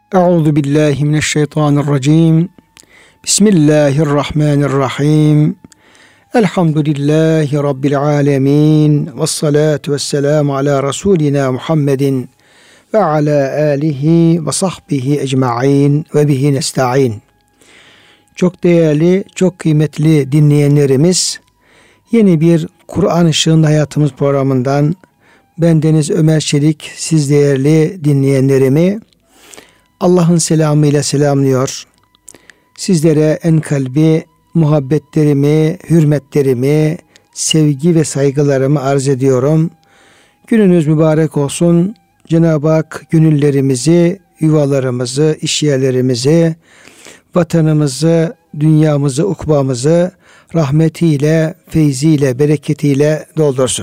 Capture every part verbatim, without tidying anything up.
Euzu billahi mineşşeytanirracim. Bismillahirrahmanirrahim. Elhamdülillahi Rabbil alemin. Vessalatu vesselamu ala Resulina Muhammedin ve ala alihi ve sahbihi ecma'in ve bihi nesta'in. Çok değerli, çok kıymetli dinleyenlerimiz, yeni bir Kur'an Işığında Hayatımız programından bendeniz Ömer Çelik, siz değerli dinleyenlerimi Allah'ın selamıyla selamlıyor. Sizlere en kalbi muhabbetlerimi, hürmetlerimi, sevgi ve saygılarımı arz ediyorum. Gününüz mübarek olsun. Cenab-ı Hak gönüllerimizi, yuvalarımızı, işyerlerimizi, vatanımızı, dünyamızı, ukbamızı rahmetiyle, feyziyle, bereketiyle doldursun.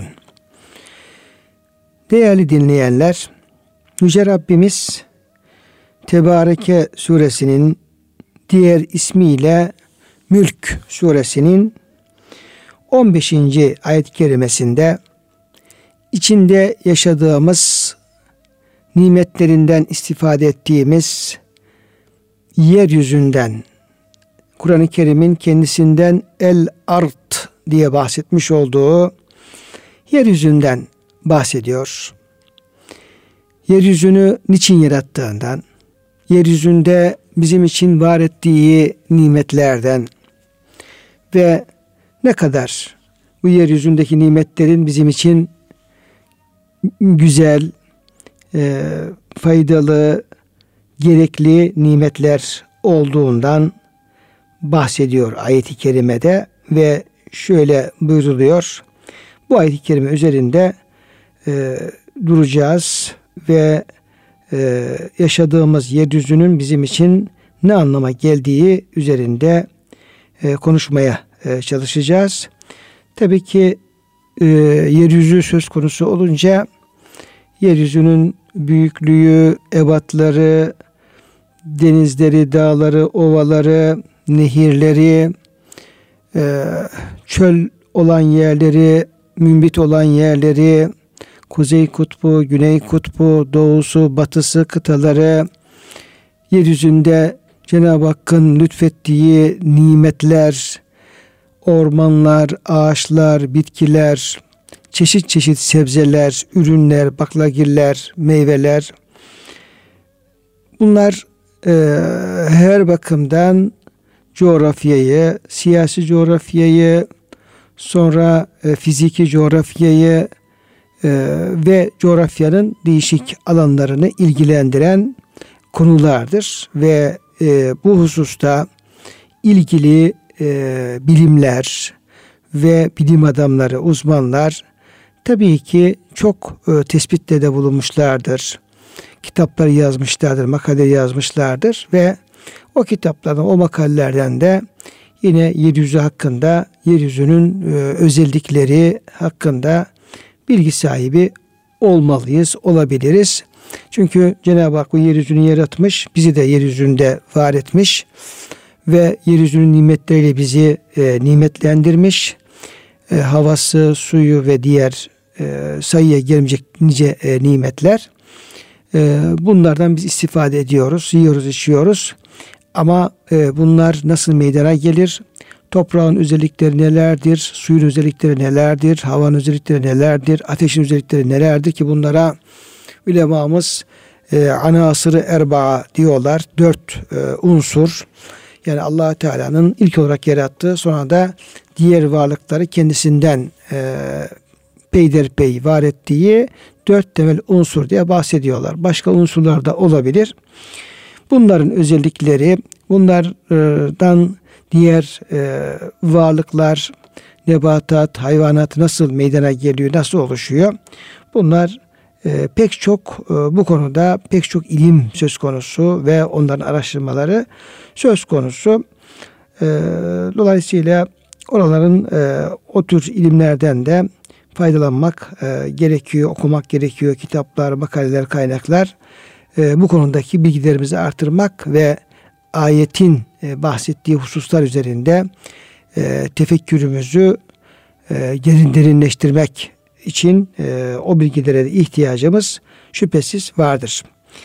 Değerli dinleyenler, Yüce Rabbimiz Tebareke suresinin diğer ismiyle Mülk suresinin on beşinci ayet-i kerimesinde içinde yaşadığımız, nimetlerinden istifade ettiğimiz yeryüzünden, Kur'an-ı Kerim'in kendisinden el art diye bahsetmiş olduğu yeryüzünden bahsediyor. Yeryüzünü niçin yarattığından, yeryüzünde bizim için var ettiği nimetlerden ve ne kadar bu yeryüzündeki nimetlerin bizim için güzel, e, faydalı, gerekli nimetler olduğundan bahsediyor ayet-i kerimede ve şöyle buyruluyor. Bu ayet-i kerime üzerinde e, duracağız ve e, yaşadığımız yeryüzünün bizim için ne anlama geldiği üzerinde e, konuşmaya e, çalışacağız. Tabii ki e, yeryüzü söz konusu olunca yeryüzünün büyüklüğü, ebatları, denizleri, dağları, ovaları, nehirleri, e, çöl olan yerleri, mümbit olan yerleri, Kuzey Kutbu, Güney Kutbu, doğusu, batısı kıtaları, yeryüzünde Cenab-ı Hakk'ın lütfettiği nimetler, ormanlar, ağaçlar, bitkiler, çeşit çeşit sebzeler, ürünler, baklagiller, meyveler. Bunlar e, her bakımdan coğrafyayı, siyasi coğrafyayı, sonra e, fiziki coğrafyayı e, ve coğrafyanın değişik alanlarını ilgilendiren konulardır ve e, bu hususta ilgili e, bilimler ve bilim adamları, uzmanlar tabii ki çok e, tespitte de bulunmuşlardır. Kitaplar yazmışlardır, makale yazmışlardır ve o kitaplardan, o makalelerden de yine yeryüzü hakkında, yeryüzünün e, özellikleri hakkında bilgi sahibi olmalıyız, olabiliriz. Çünkü Cenab-ı Hak bu yeryüzünü yaratmış, bizi de yeryüzünde var etmiş ve yeryüzünün nimetleriyle bizi e, nimetlendirmiş. E, havası, suyu ve diğer e, sayıya gelmeyecek nice e, nimetler. E, bunlardan biz istifade ediyoruz, yiyoruz, içiyoruz. Ama e, bunlar nasıl meydana gelir? Toprağın özellikleri nelerdir? Suyun özellikleri nelerdir? Havanın özellikleri nelerdir? Ateşin özellikleri nelerdir ki bunlara ulemamız e, anasırı erbaa diyorlar. Dört e, unsur. Yani Allah Teala'nın ilk olarak yarattığı, sonra da diğer varlıkları kendisinden e, peyderpey var ettiği dört temel unsur diye bahsediyorlar. Başka unsurlar da olabilir. Bunların özellikleri, bunlardan diğer e, varlıklar, nebatat, hayvanat nasıl meydana geliyor, nasıl oluşuyor? Bunlar e, pek çok e, bu konuda pek çok ilim söz konusu ve onların araştırmaları söz konusu. E, dolayısıyla oraların e, o tür ilimlerden de faydalanmak e, gerekiyor, okumak gerekiyor. Kitaplar, makaleler, kaynaklar. E, bu konudaki bilgilerimizi artırmak ve ayetin e, bahsettiği hususlar üzerinde e, tefekkürümüzü e, derinleştirmek için e, o bilgilere de ihtiyacımız şüphesiz vardır.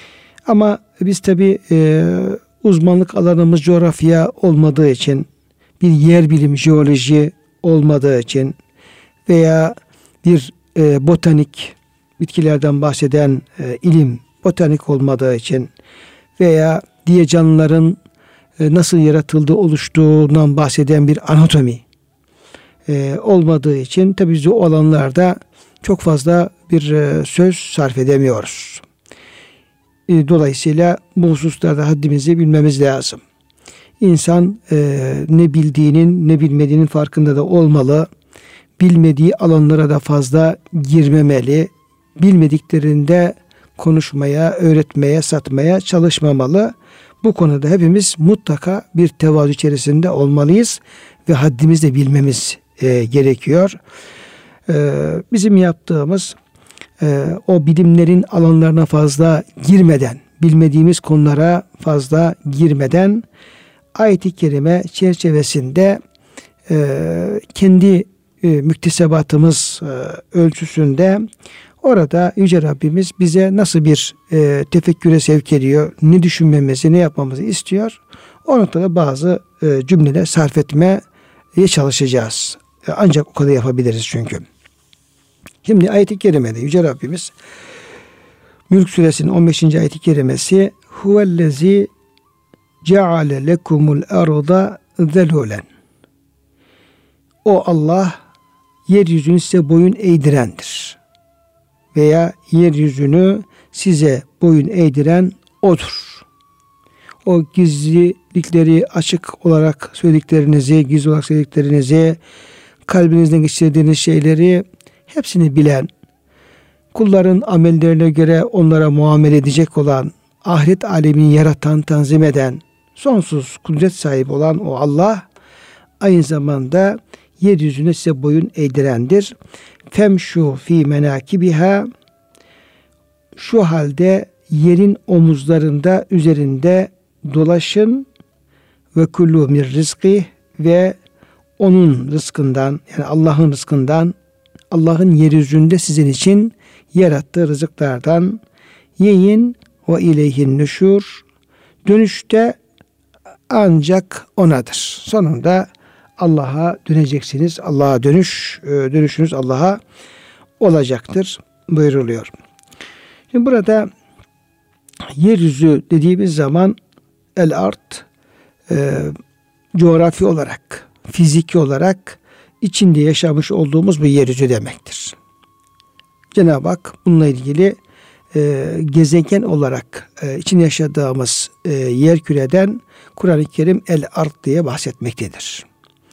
Ama biz tabi e, uzmanlık alanımız coğrafya olmadığı için, bir yer bilim, jeoloji olmadığı için veya bir e, botanik, bitkilerden bahseden e, ilim, botanik olmadığı için veya diye canlıların e, nasıl yaratıldığı, oluştuğundan bahseden bir anatomi e, olmadığı için tabi biz o alanlarda çok fazla bir e, söz sarf edemiyoruz. E, dolayısıyla bu hususlarda haddimizi bilmemiz lazım. İnsan e, ne bildiğinin ne bilmediğinin farkında da olmalı. Bilmediği alanlara da fazla girmemeli. Bilmediklerinde konuşmaya, öğretmeye, satmaya çalışmamalı. Bu konuda hepimiz mutlaka bir tevazu içerisinde olmalıyız ve haddimizi de bilmemiz e, gerekiyor. E, bizim yaptığımız e, o bilimlerin alanlarına fazla girmeden, bilmediğimiz konulara fazla girmeden ayet-i kerime çerçevesinde e, kendi e, müktesebatımız e, ölçüsünde orada Yüce Rabbimiz bize nasıl bir e, tefekküre sevk ediyor, ne düşünmemizi, ne yapmamızı istiyor. O noktada bazı e, cümleler sarf etmeye çalışacağız. E, ancak o kadar yapabiliriz çünkü. Şimdi ayet-i kerimede Yüce Rabbimiz Mülk Suresinin on beşinci ayet-i kerimesi huvellezi ceale lekumul arda zelûlen. O Allah yeryüzünü size boyun eğdirendir. Veya yeryüzünü size boyun eğdiren O'dur. O gizlilikleri açık olarak söylediklerinizi, gizli olarak söylediklerinizi, kalbinizden geçirdiğiniz şeyleri hepsini bilen, kulların amellerine göre onlara muamele edecek olan, ahiret alemini yaratan, tanzim eden, sonsuz kudret sahibi olan o Allah aynı zamanda yeryüzüne size boyun eğdirendir. Femşu fi menakibiha, şu halde yerin omuzlarında üzerinde dolaşın ve kullu min rizki, ve onun rızkından, yani Allah'ın rızkından, Allah'ın yeryüzünde sizin için yarattığı rızıklardan yiyin ve ileyhin nüşur, dönüşte ancak O'nadır. Sonunda Allah'a döneceksiniz. Allah'a dönüş, dönüşünüz Allah'a olacaktır buyuruluyor. Şimdi burada yeryüzü dediğimiz zaman el art e, coğrafi olarak, fiziki olarak içinde yaşamış olduğumuz bir yeryüzü demektir. Cenab-ı Hak bununla ilgili e, gezegen olarak e, içinde yaşadığımız e, yerküreden Kur'an-ı Kerim el art diye bahsetmektedir.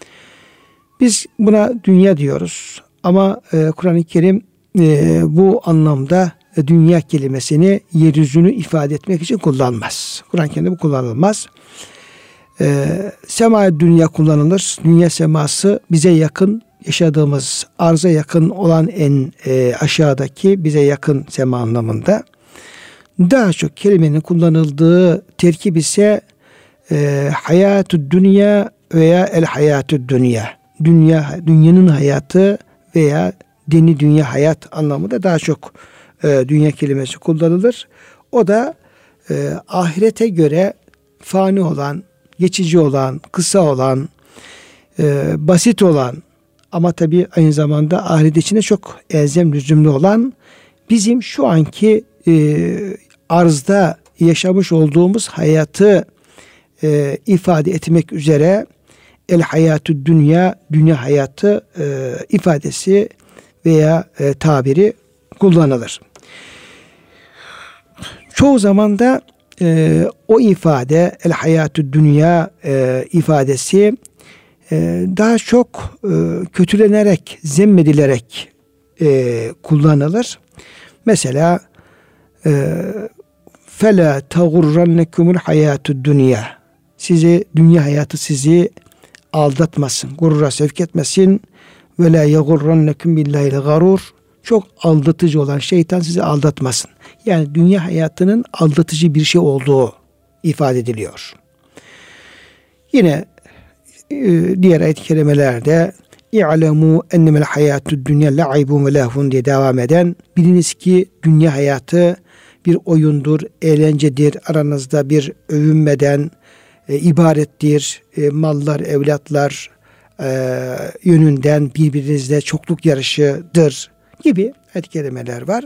Biz buna dünya diyoruz ama e, Kur'an-ı Kerim e, bu anlamda e, dünya kelimesini yeryüzünü ifade etmek için kullanmaz. Kur'an-ı Kerim'de bu kullanılmaz. E, sema dünya kullanılır. Dünya seması bize yakın, yaşadığımız arza yakın olan en e, aşağıdaki bize yakın sema anlamında. Daha çok kelimenin kullanıldığı terkip ise e, hayatü dünya veya el hayatü dünya. Dünya, dünyanın hayatı veya deni dünya hayat anlamında daha çok e, dünya kelimesi kullanılır. O da e, ahirete göre fani olan, geçici olan, kısa olan, e, basit olan ama tabii aynı zamanda ahiret içinde çok elzem lüzumlu olan bizim şu anki e, arzda yaşamış olduğumuz hayatı e, ifade etmek üzere el hayatü dünya, dünya hayatı e, ifadesi veya e, tabiri kullanılır. Çoğu zaman da e, o ifade el hayatü dünya e, ifadesi e, daha çok e, kötülenerek, zemmedilerek e, kullanılır. Mesela fela tagurrannekumul hayatü dünya, sizi dünya hayatı sizi aldatmasın, gurura sevk etmesin. Ve la yagurrannekum billahil garur, çok aldatıcı olan şeytan sizi aldatmasın. Yani dünya hayatının aldatıcı bir şey olduğu ifade ediliyor. Yine diğer ayet-i kerimelerde İ'lemû ennemel hayatü dünya le'ibun ve lehvun diye devam eden, biliniz ki dünya hayatı bir oyundur, eğlencedir, aranızda bir övünmeden e, ibarettir, e, mallar, evlatlar e, yönünden birbirinizle çokluk yarışıdır gibi ayet-i kerimeler var.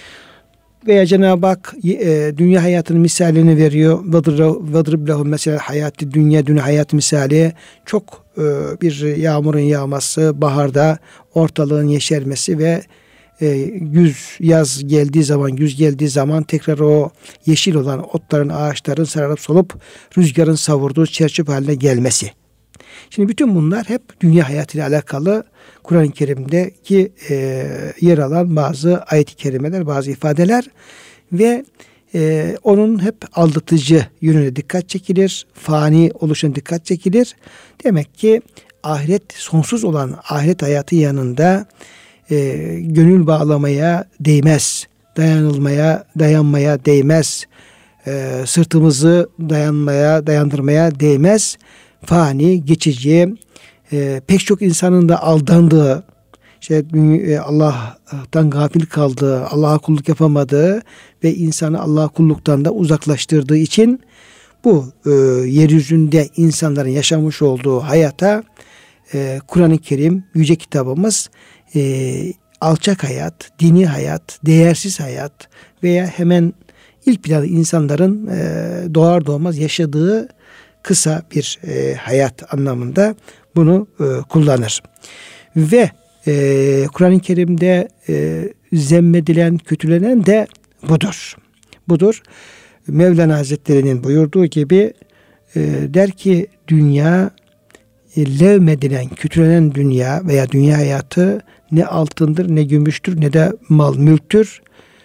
Veya Cenab-ı Hak e, dünya hayatının misalini veriyor. Vadrib lehum mesela hayatı dünya, dünya hayat misali çok e, bir yağmurun yağması, baharda ortalığın yeşermesi ve e, güz, yaz geldiği zaman, güz geldiği zaman tekrar o yeşil olan otların, ağaçların sararıp solup rüzgarın savurduğu çerçöp haline gelmesi. Şimdi bütün bunlar hep dünya hayatıyla alakalı Kur'an-ı Kerim'deki e, yer alan bazı ayet-i kerimeler, bazı ifadeler ve e, onun hep aldatıcı yönüne dikkat çekilir. Fani oluşuna dikkat çekilir. Demek ki ahiret, sonsuz olan ahiret hayatı yanında e, gönül bağlamaya değmez. Dayanılmaya, dayanmaya değmez. E, sırtımızı dayanmaya, dayandırmaya değmez. Fani, geçici, e, pek çok insanın da aldandığı, işte e, Allah'tan gafil kaldığı, Allah'a kulluk yapamadığı ve insanı Allah'a kulluktan da uzaklaştırdığı için bu e, yeryüzünde insanların yaşamış olduğu hayata e, Kur'an-ı Kerim, yüce kitabımız e, alçak hayat, dini hayat, değersiz hayat veya hemen ilk planda insanların e, doğar doğmaz yaşadığı kısa bir e, hayat anlamında bunu e, kullanır. Ve e, Kur'an-ı Kerim'de e, zemmedilen, kötülenen de budur. Budur. Mevlana Hazretleri'nin buyurduğu gibi e, der ki dünya, e, levmedilen, kötülenen dünya veya dünya hayatı ne altındır, ne gümüştür, ne de mal, mülktür.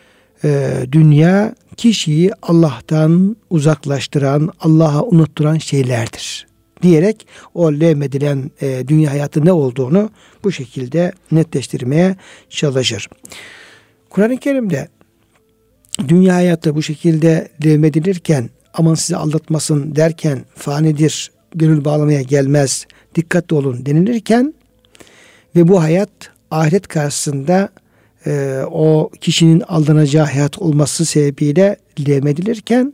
E, dünya kişiyi Allah'tan uzaklaştıran, Allah'a unutturan şeylerdir diyerek o levmedilen e, dünya hayatı ne olduğunu bu şekilde netleştirmeye çalışır. Kur'an-ı Kerim'de dünya hayatı bu şekilde levmedilirken, aman sizi aldatmasın derken, fanidir, gönül bağlamaya gelmez, dikkatli olun denilirken ve bu hayat ahiret karşısında e, o kişinin aldanacağı hayat olması sebebiyle levmedilirken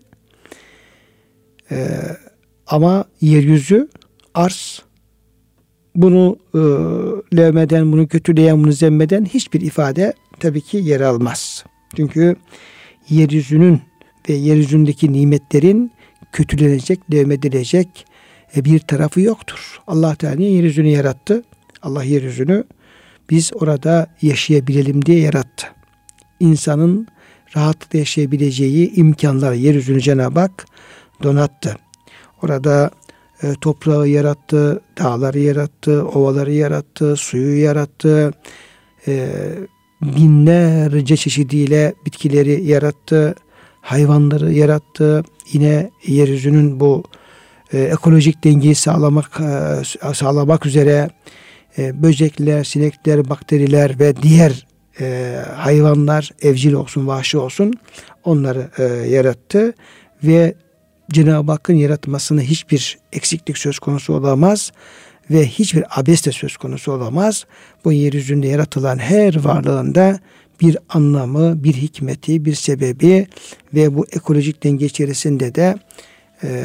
e, ama yeryüzü, arz bunu e, levmeden, bunu kötüleyen, bunu zemmeden hiçbir ifade tabii ki yer almaz. Çünkü yeryüzünün ve yeryüzündeki nimetlerin kötülenecek, levmedilecek e, bir tarafı yoktur. Allah Teala yeryüzünü yarattı. Allah yeryüzünü biz orada yaşayabilelim diye yarattı. İnsanın rahatlıkla yaşayabileceği imkanları yeryüzünü Cenab-ı Hak donattı. Orada e, toprağı yarattı, dağları yarattı, ovaları yarattı, suyu yarattı, e, binlerce çeşidiyle bitkileri yarattı, hayvanları yarattı. Yine yeryüzünün bu e, ekolojik dengeyi sağlamak e, sağlamak üzere e, böcekler, sinekler, bakteriler ve diğer e, hayvanlar, evcil olsun, vahşi olsun, onları e, yarattı ve Cenab-ı Hakk'ın yaratmasında hiçbir eksiklik söz konusu olamaz ve hiçbir abes de söz konusu olamaz. Bu yeryüzünde yaratılan her varlığında bir anlamı, bir hikmeti, bir sebebi ve bu ekolojik denge içerisinde de e,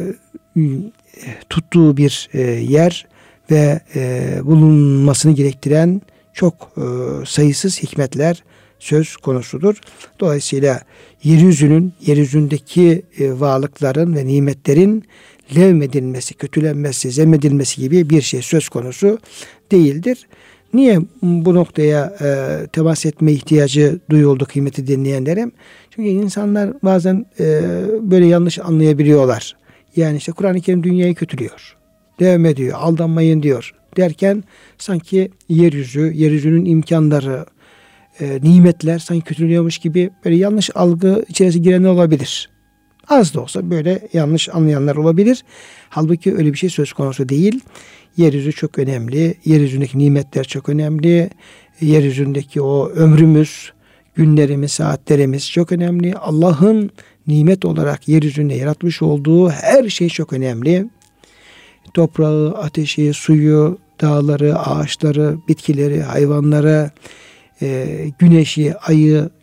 tuttuğu bir e, yer ve e, bulunmasını gerektiren çok e, sayısız hikmetler söz konusudur. Dolayısıyla yeryüzünün, yeryüzündeki e, varlıkların ve nimetlerin levmedilmesi, kötülenmesi, zemmedilmesi gibi bir şey söz konusu değildir. Niye bu noktaya e, temas etme ihtiyacı duyuldu kıymeti dinleyenlerim? Çünkü insanlar bazen e, böyle yanlış anlayabiliyorlar. Yani işte Kur'an-ı Kerim dünyayı kötülüyor, levmediyor, aldanmayın diyor derken sanki yeryüzü, yeryüzünün imkanları, e, nimetler sanki kötülüyormuş gibi böyle yanlış algı içerisine girenler olabilir. Az da olsa böyle yanlış anlayanlar olabilir. Halbuki öyle bir şey söz konusu değil. Yeryüzü çok önemli. Yeryüzündeki nimetler çok önemli. Yeryüzündeki o ömrümüz, günlerimiz, saatlerimiz çok önemli. Allah'ın nimet olarak yeryüzünde yaratmış olduğu her şey çok önemli. Toprağı, ateşi, suyu, dağları, ağaçları, bitkileri, hayvanları, e, güneşi, ayı,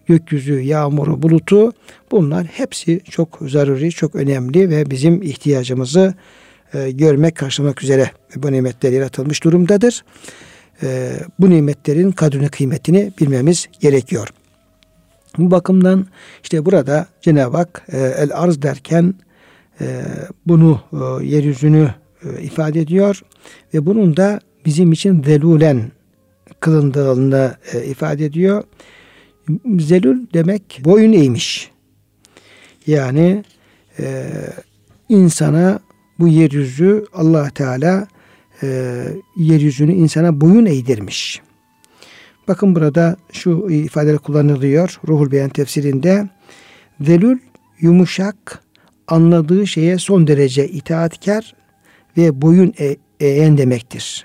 gökyüzü, yağmuru, bulutu, bunlar hepsi çok zaruri, çok önemli ve bizim ihtiyacımızı e, görmek, karşılamak üzere bu nimetler yaratılmış durumdadır. E, bu nimetlerin kadrini, kıymetini bilmemiz gerekiyor. Bu bakımdan işte burada Cenab-ı Hak e, el arz derken e, bunu e, yeryüzünü e, ifade ediyor ve bunun da bizim için zelülen kılındığını e, ifade ediyor. Zelül demek boyun eğmiş. Yani e, insana bu yeryüzü, Allah Teala e, yeryüzünü insana boyun eğdirmiş. Bakın burada şu ifadeler kullanılıyor Ruhul Beyan tefsirinde. Zelül yumuşak, anladığı şeye son derece itaatkar ve boyun e- eğen demektir.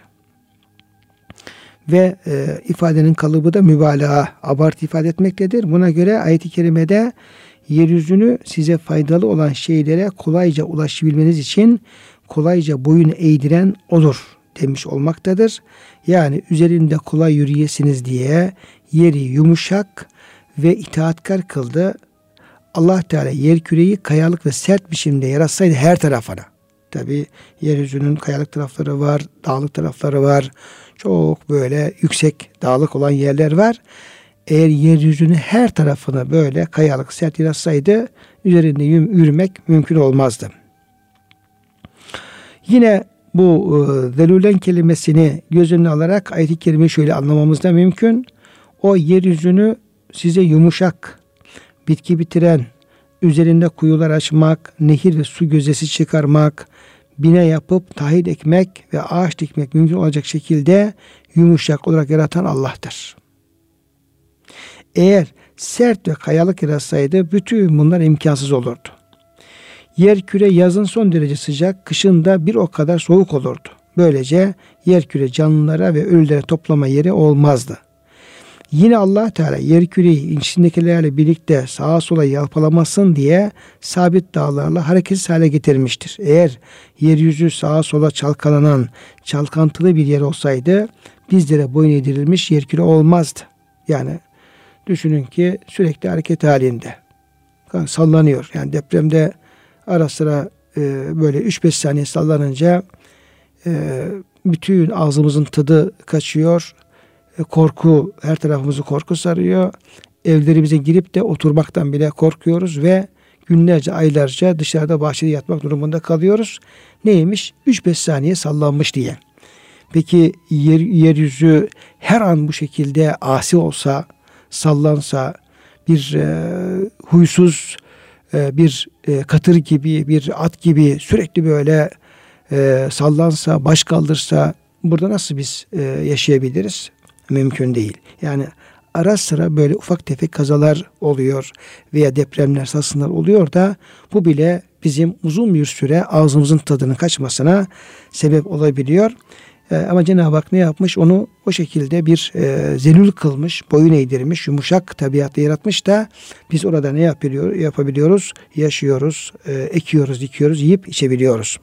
Ve e, ifadenin kalıbı da mübalağa, abartı ifade etmektedir. Buna göre ayet-i kerimede yeryüzünü size faydalı olan şeylere kolayca ulaşabilmeniz için kolayca boyun eğdiren odur demiş olmaktadır. Yani üzerinde kolay yürüyesiniz diye yeri yumuşak ve itaatkar kıldı. Allah Teala yer küreyi kayalık ve sert biçimde yaratsaydı her tarafına. Tabi yeryüzünün kayalık tarafları var, dağlık tarafları var. Çok böyle yüksek dağlık olan yerler var. Eğer yeryüzünün her tarafını böyle kayalık sert yaratsaydı üzerinde yürümek mümkün olmazdı. Yine bu e, zelülen kelimesini göz önüne alarak ayet-i kerimeyi şöyle anlamamız da mümkün. O yeryüzünü size yumuşak, bitki bitiren, üzerinde kuyular açmak, nehir ve su gözesi çıkarmak, bine yapıp tahıl ekmek ve ağaç dikmek mümkün olacak şekilde yumuşak olarak yaratan Allah'tır. Eğer sert ve kayalık yaratsaydı bütün bunlar imkansız olurdu. Yerküre yazın son derece sıcak, kışın da bir o kadar soğuk olurdu. Böylece yerküre canlılara ve ölülere toplama yeri olmazdı. Yine Allah Teala yerküreyi içindekilerle birlikte sağa sola yalpalamasın diye sabit dağlarla hareketsiz hale getirmiştir. Eğer yeryüzü sağa sola çalkalanan, çalkantılı bir yer olsaydı bizlere boyun eğdirilmiş yerküre olmazdı. Yani düşünün ki sürekli hareket halinde. Sallanıyor. Yani depremde ara sıra e, böyle üç beş saniye sallanınca e, bütün ağzımızın tadı kaçıyor. E, korku, her tarafımızı korku sarıyor. Evlerimize girip de oturmaktan bile korkuyoruz ve günlerce, aylarca dışarıda bahçede yatmak durumunda kalıyoruz. Neymiş? üç beş saniye sallanmış diye. Peki yer, yeryüzü her an bu şekilde asi olsa, sallansa, bir e, huysuz e, bir e, katır gibi, bir at gibi sürekli böyle e, sallansa, baş kaldırsa burada nasıl biz e, yaşayabiliriz? Mümkün değil. Yani ara sıra böyle ufak tefek kazalar oluyor veya depremler, sarsıntılar oluyor da bu bile bizim uzun bir süre ağzımızın tadının kaçmasına sebep olabiliyor. Ee, ama Cenab-ı Hak ne yapmış? Onu o şekilde bir e, zelül kılmış, boyun eğdirmiş, yumuşak tabiatla yaratmış da biz orada ne yapabiliyor, yapabiliyoruz? Yaşıyoruz, e, ekiyoruz, dikiyoruz, yiyip içebiliyoruz.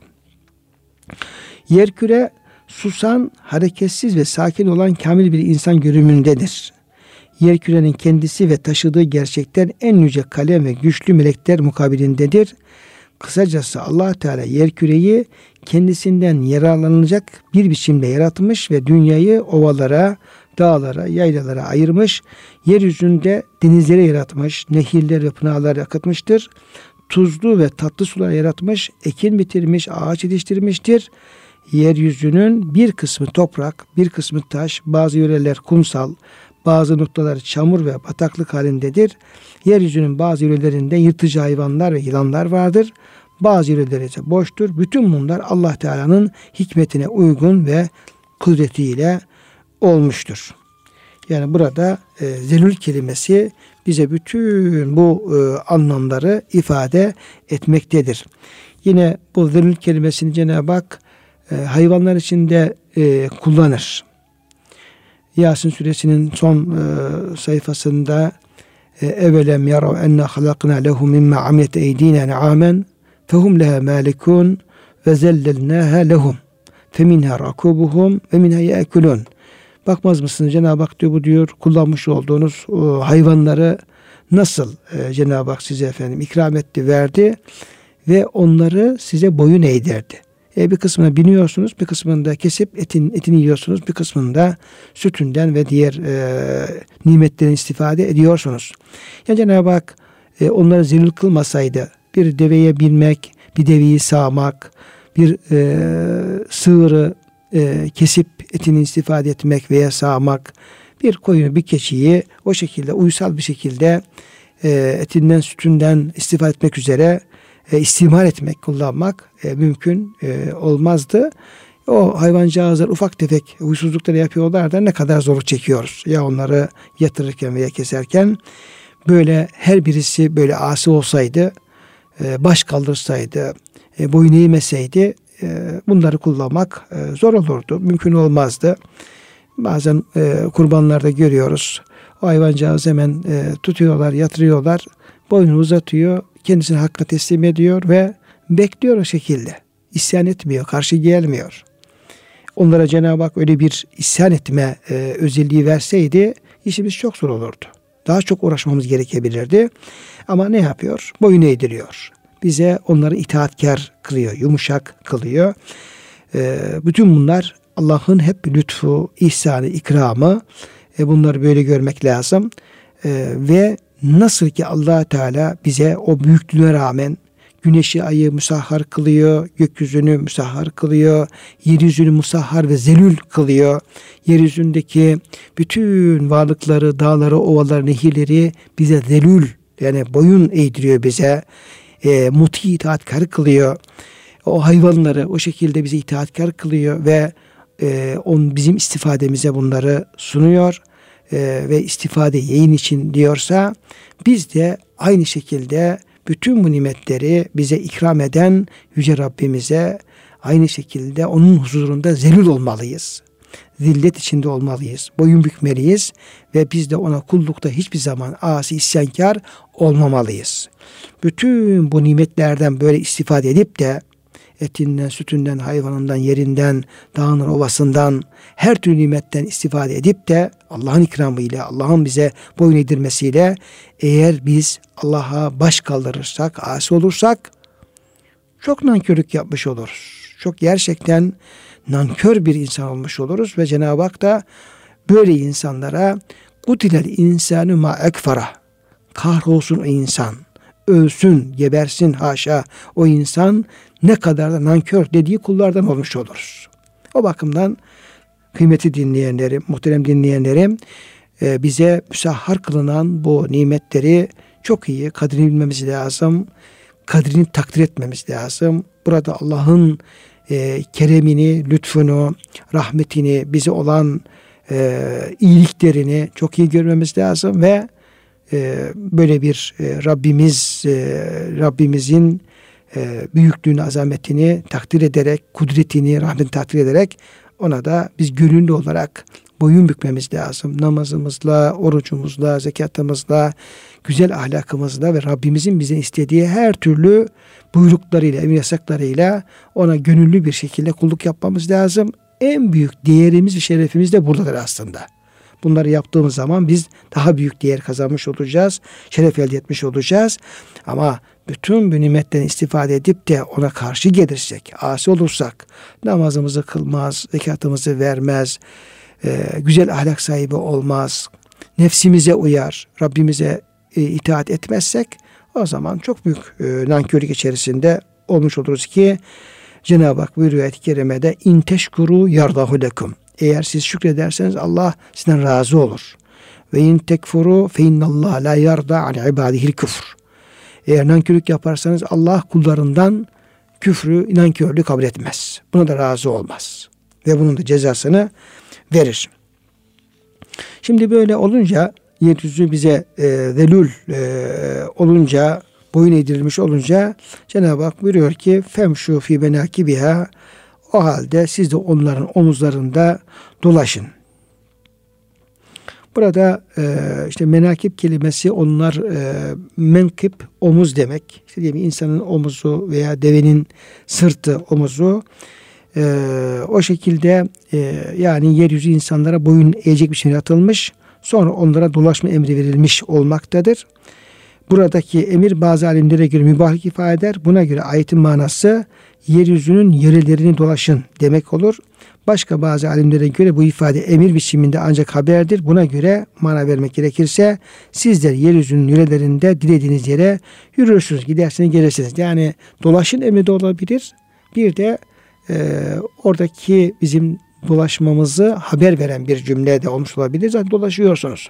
Yerküre susan, hareketsiz ve sakin olan kamil bir insan görünümündedir. Yerkürenin kendisi ve taşıdığı gerçekten en yüce kalem ve güçlü melekler mukabilindedir. Kısacası Allah Teala yerküreyi kendisinden yararlanılacak bir biçimde yaratmış ve dünyayı ovalara, dağlara, yaylalara ayırmış. Yeryüzünde denizleri yaratmış, nehirler ve pınarlar akıtmıştır. Tuzlu ve tatlı sular yaratmış, ekin bitirmiş, ağaç yetiştirmiştir. Yeryüzünün bir kısmı toprak, bir kısmı taş, bazı yöreler kumsal, bazı noktalar çamur ve bataklık halindedir. Yeryüzünün bazı yörelerinde yırtıcı hayvanlar ve yılanlar vardır. Bazı yöreler ise boştur. Bütün bunlar Allah Teala'nın hikmetine uygun ve kudretiyle olmuştur. Yani burada e, zelül kelimesi bize bütün bu e, anlamları ifade etmektedir. Yine bu zelül kelimesini Cenab-ı Hak e, hayvanlar içinde e, kullanır. Yasin suresinin son e, sayfasında evelem yarav enna halakna lehum mimma amilet eydina ne'amen fehum leha malikun ve zellelnaha lehum feminha rakubuhum ve minha yekulun. Bakmaz mısınız? Cenab-ı Hak diyor, bu diyor kullanmış olduğunuz o hayvanları nasıl e, Cenab-ı Hak size efendim ikram etti, verdi ve onları size boyun eğdirdi. E, bir kısmına biniyorsunuz, bir kısmında kesip etin, etini yiyorsunuz, bir kısmında sütünden ve diğer e, nimetlerin istifade ediyorsunuz. Yani Cenab-ı Hak e, onları zelil kılmasaydı, bir deveye binmek, bir deveyi sağmak, bir e, sığırı e, kesip etini istifade etmek veya sağmak, bir koyunu, bir keçiyi o şekilde uysal bir şekilde e, etinden, sütünden istifade etmek üzere e, istimal etmek, kullanmak e, mümkün e, olmazdı. O hayvancağızlar ufak tefek huysuzlukları yapıyorlar da ne kadar zorluk çekiyoruz. Ya onları yatırırken veya keserken, böyle her birisi böyle asi olsaydı, e, baş kaldırsaydı, e, boyun eğmeseydi e, bunları kullanmak e, zor olurdu. Mümkün olmazdı. Bazen e, kurbanlarda görüyoruz. O hayvancağızı hemen e, tutuyorlar, yatırıyorlar. Boynunu uzatıyor, kendisine hakkını teslim ediyor ve bekliyor o şekilde. İsyan etmiyor, karşı gelmiyor. Onlara Cenab-ı Hak öyle bir isyan etme e, özelliği verseydi işimiz çok zor olurdu. Daha çok uğraşmamız gerekebilirdi. Ama ne yapıyor? Boyun eğdiriyor. Bize onları itaatkar kılıyor, yumuşak kılıyor. E, bütün bunlar Allah'ın hep lütfu, ihsanı, ikramı. E, bunları böyle görmek lazım. E, ve nasıl ki Allah Teala bize o büyüklüğüne rağmen güneşi, ayı musahhar kılıyor, gökyüzünü musahhar kılıyor, yeryüzünü musahhar ve zelül kılıyor. Yeryüzündeki bütün varlıkları, dağları, ovaları, nehirleri bize zelül, yani boyun eğdiriyor bize. E, muti, itaatkar kılıyor. O hayvanları o şekilde bize itaatkar kılıyor ve e, on bizim istifademize bunları sunuyor. E, ve istifade yayın için diyorsa, biz de aynı şekilde bütün bu nimetleri bize ikram eden Yüce Rabbimize aynı şekilde onun huzurunda zelil olmalıyız. Zillet içinde olmalıyız. Boyun bükmeliyiz ve biz de ona kullukta hiçbir zaman asi, isyankar olmamalıyız. Bütün bu nimetlerden böyle istifade edip de etinden, sütünden, hayvanından, yerinden, dağının ovasından, her türlü nimetten istifade edip de Allah'ın ikramıyla, Allah'ın bize boyun eğdirmesiyle eğer biz Allah'a baş kaldırırsak, asi olursak çok nankörlük yapmış oluruz. Çok gerçekten nankör bir insan olmuş oluruz ve Cenab-ı Hak da böyle insanlara kutilel insanu ma ekfara, kahrolsun o insan, ölsün, gebersin haşa o insan, ne kadar da nankör dediği kullardan olmuş oluruz. O bakımdan kıymeti dinleyenlerim, muhterem dinleyenlerim, bize müsahhar kılınan bu nimetleri çok iyi kadrini bilmemiz lazım. Kadrini takdir etmemiz lazım. Burada Allah'ın e, keremini, lütfunu, rahmetini, bize olan e, iyiliklerini çok iyi görmemiz lazım ve e, böyle bir e, Rabbimiz, e, Rabbimizin e, büyüklüğünü, azametini takdir ederek, kudretini, rahmetini takdir ederek ona da biz gönüllü olarak boyun bükmemiz lazım. Namazımızla, orucumuzla, zekatımızla, güzel ahlakımızla ve Rabbimizin bize istediği her türlü buyruklarıyla, emir yasaklarıyla ona gönüllü bir şekilde kulluk yapmamız lazım. En büyük değerimiz ve şerefimiz de buradadır aslında. Bunları yaptığımız zaman biz daha büyük değer kazanmış olacağız, şeref elde etmiş olacağız. Ama bütün bu nimetten istifade edip de ona karşı gelirsek, asi olursak, namazımızı kılmaz, zekatımızı vermez, e, güzel ahlak sahibi olmaz, nefsimize uyar, Rabbimize e, itaat etmezsek, o zaman çok büyük e, nankörlük içerisinde olmuş oluruz ki Cenab-ı Hak buyuruyor ayet-i kerimede in teşkuru yardahu lekum. Eğer siz şükrederseniz Allah sizden razı olur. Ve in tekfuru fe innallah la yarda an ibadihil küfr. Eğer nankörlük yaparsanız Allah kullarından küfrü, nankörlüğü kabul etmez. Buna da razı olmaz. Ve bunun da cezasını verir. Şimdi böyle olunca, yeryüzü bize e, zelül e, olunca, boyun eğdirilmiş olunca Cenab-ı Hak buyuruyor ki femşu fi menakibiha, o halde siz de onların omuzlarında dolaşın. Burada e, işte menakip kelimesi, onlar e, menkip omuz demek. İşte diyelim insanın omuzu veya devenin sırtı, omuzu. E, o şekilde e, yani yeryüzü insanlara boyun eğecek bir şey atılmış. Sonra onlara dolaşma emri verilmiş olmaktadır. buradaki emir bazı alimlere göre mübahlık ifade eder. Buna göre ayetin manası yeryüzünün yörelerini dolaşın demek olur. Başka bazı alimlere göre bu ifade emir biçiminde ancak haberdir. Buna göre mana vermek gerekirse sizler yeryüzünün yörelerinde dilediğiniz yere yürürsünüz, gidersiniz, gelirsiniz. Yani dolaşın emri de olabilir. Bir de e, oradaki bizim dolaşmamızı haber veren bir cümle de olmuş olabilir. Zaten dolaşıyorsunuz.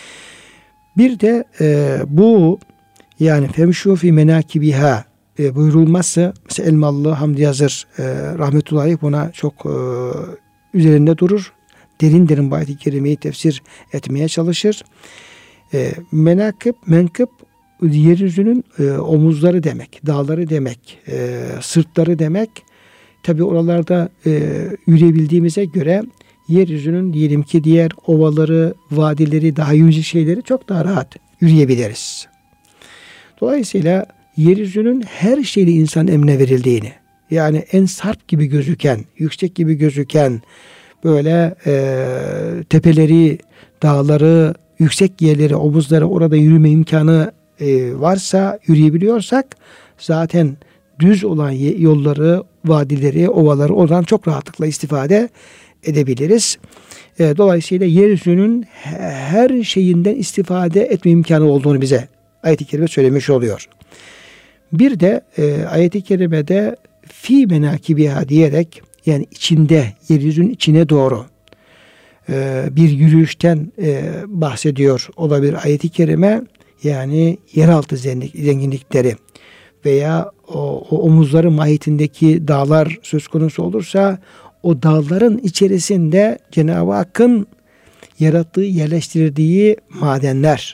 Bir de e, bu yani femşu fi menakibiha e, buyurulmazsa mesela Elmalı Hamdi Yazır e, rahmetullahi buna çok e, üzerinde durur. Derin derin bu ayet-i kerimeyi tefsir etmeye çalışır. E, menakıb, menkıp yeryüzünün e, omuzları demek, dağları demek, e, sırtları demek. Tabi oralarda e, yürüyebildiğimize göre yeryüzünün diyelim ki diğer ovaları, vadileri, daha yüksek şeyleri çok daha rahat yürüyebiliriz. Dolayısıyla yeryüzünün her şeyi insan emrine verildiğini, yani en sarp gibi gözüken, yüksek gibi gözüken böyle e, tepeleri, dağları, yüksek yerleri, omuzları orada yürüme imkanı e, varsa, yürüyebiliyorsak zaten düz olan yolları, vadileri, ovaları oradan çok rahatlıkla istifade edebiliriz. E, dolayısıyla yeryüzünün her şeyinden istifade etme imkanı olduğunu bize ayet-i kerime söylemiş oluyor. Bir de e, ayet-i kerimede fi menakibiha diyerek yani içinde, yeryüzünün içine doğru e, bir yürüyüşten e, bahsediyor olabilir ayet-i kerime. Yani yeraltı zenginlikleri veya o, o omuzları mahiyetindeki dağlar söz konusu olursa o dağların içerisinde Cenab-ı Hakk'ın yarattığı, yerleştirdiği madenler.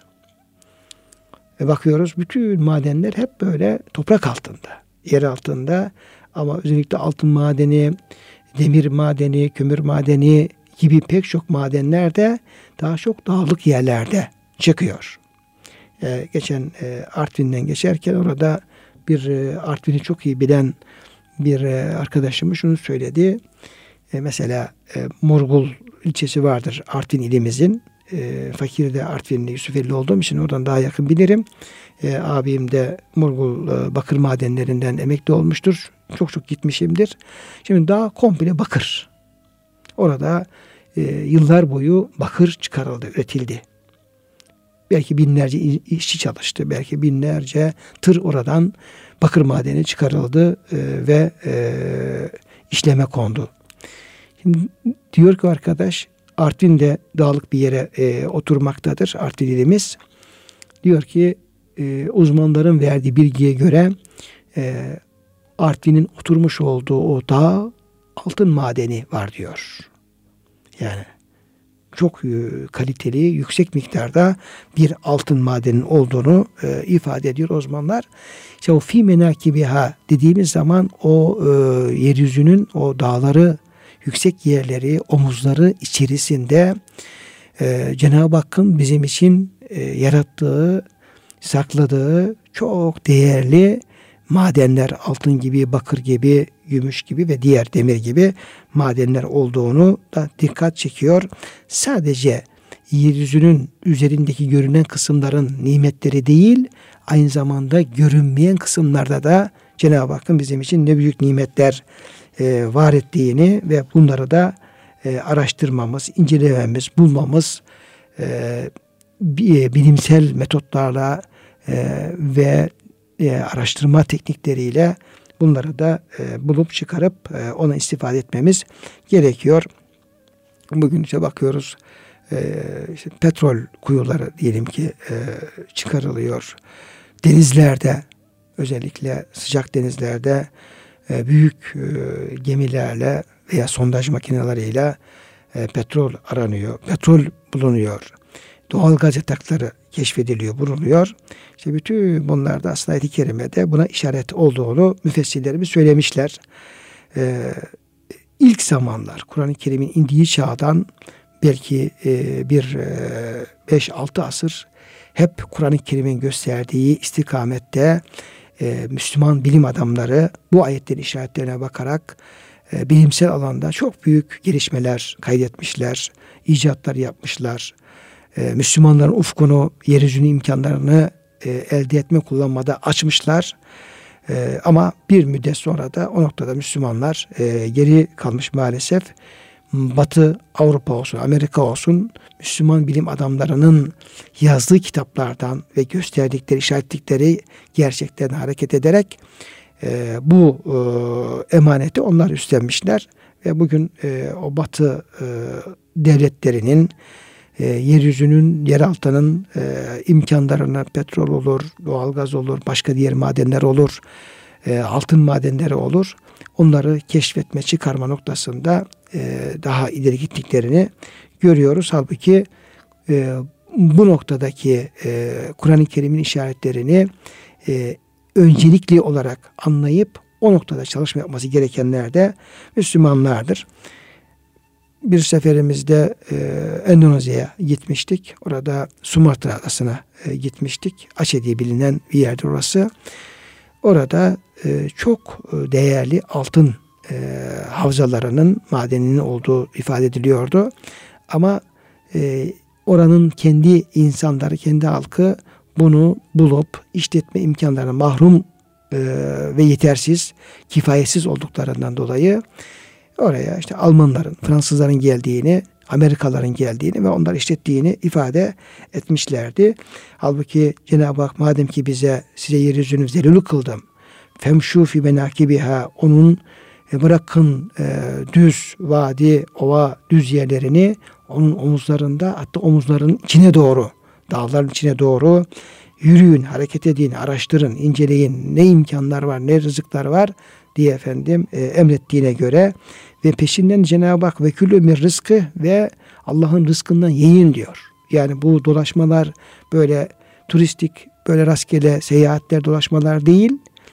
Ve bakıyoruz bütün madenler hep böyle toprak altında, yer altında ama özellikle altın madeni, demir madeni, kömür madeni gibi pek çok madenler de daha çok dağlık yerlerde çıkıyor. Ee, geçen e, Artvin'den geçerken orada bir e, Artvin'i çok iyi bilen bir e, arkadaşımız şunu söyledi. E, mesela e, Morgul ilçesi vardır Artvin ilimizin. E, fakir de Artvinli, Yusufeli olduğum için oradan daha yakın bilirim. E, abim de Morgul e, bakır madenlerinden emekli olmuştur. Çok çok gitmişimdir. Şimdi daha komple bakır. Orada e, yıllar boyu bakır çıkarıldı, üretildi. Belki binlerce işçi çalıştı. Belki binlerce tır oradan bakır madeni çıkarıldı e, ve e, işleme kondu. Şimdi diyor ki arkadaş, Artvin'de dağlık bir yere e, oturmaktadır Artvin ilimiz. Diyor ki e, uzmanların verdiği bilgiye göre e, Artvin'in oturmuş olduğu o dağ altın madeni var diyor. Yani çok kaliteli, yüksek miktarda bir altın madenin olduğunu e, ifade ediyor uzmanlar. İşte o fi menakibiha dediğimiz zaman o e, yeryüzünün o dağları, yüksek yerleri, omuzları içerisinde e, Cenab-ı Hakk'ın bizim için e, yarattığı, sakladığı çok değerli madenler, altın gibi, bakır gibi, gümüş gibi ve diğer demir gibi madenler olduğunu da dikkat çekiyor. Sadece yeryüzünün üzerindeki görünen kısımların nimetleri değil, aynı zamanda görünmeyen kısımlarda da Cenab-ı Hakk'ın bizim için ne büyük nimetler e, var ettiğini ve bunları da e, araştırmamız, incelememiz, bulmamız e, bilimsel metotlarla e, ve e, araştırma teknikleriyle bunları da e, bulup çıkarıp e, ona istifade etmemiz gerekiyor. Bugün işte bakıyoruz e, işte petrol kuyuları diyelim ki e, çıkarılıyor. Denizlerde, özellikle sıcak denizlerde e, büyük e, gemilerle veya sondaj makineleriyle e, petrol aranıyor. Petrol bulunuyor. Doğal gaz yatakları keşfediliyor, bulunuyor. İşte bütün bunlarda aslında ayet-i kerimede buna işaret olduğunu müfessirlerimiz söylemişler. Ee, ilk zamanlar Kur'an-ı Kerim'in indiği çağdan belki e, bir beş altı asır hep Kur'an-ı Kerim'in gösterdiği istikamette e, Müslüman bilim adamları bu ayetlerin işaretlerine bakarak e, bilimsel alanda çok büyük gelişmeler kaydetmişler, icatlar yapmışlar. Müslümanların ufkunu, yeryüzünün imkanlarını e, elde etme, kullanmada açmışlar. E, ama bir müddet sonra da o noktada Müslümanlar e, geri kalmış maalesef. Batı, Avrupa olsun, Amerika olsun, Müslüman bilim adamlarının yazdığı kitaplardan ve gösterdikleri, işaretlikleri gerçekten hareket ederek e, bu e, emaneti onlar üstlenmişler. Ve bugün e, o Batı e, devletlerinin, e, yeryüzünün, yeraltının e, imkanlarına petrol olur, doğalgaz olur, başka diğer madenler olur, e, altın madenleri olur. Onları keşfetme, çıkarma noktasında e, daha ileri gittiklerini görüyoruz. Halbuki e, bu noktadaki e, Kur'an-ı Kerim'in işaretlerini e, öncelikli olarak anlayıp o noktada çalışma yapması gerekenler de Müslümanlardır. Bir seferimizde e, Endonezya'ya gitmiştik. Orada Sumatra adasına e, gitmiştik. Aceh diye bilinen bir yerdir orası. Orada e, çok değerli altın e, havzalarının, madeninin olduğu ifade ediliyordu. Ama e, oranın kendi insanları, kendi halkı bunu bulup işletme imkanlarına mahrum e, ve yetersiz, kifayetsiz olduklarından dolayı oraya işte Almanların, Fransızların geldiğini, Amerikalıların geldiğini ve onlar işlettiğini ifade etmişlerdi. Halbuki Cenab-ı Hak madem ki bize size yeryüzünü zelül kıldım, femşu fi menakibiha, onun e, bırakın e, düz vadi, ova, düz yerlerini onun omuzlarında, hatta omuzlarının içine doğru, dağların içine doğru yürüyün, hareket edin, araştırın, inceleyin, ne imkanlar var, ne rızıklar var diye efendim e, emrettiğine göre ve peşinden Cenab-ı Hak ve küllü min rızkı, ve Allah'ın rızkından yiyin diyor. Yani bu dolaşmalar böyle turistik, böyle rastgele seyahatler, dolaşmalar değil,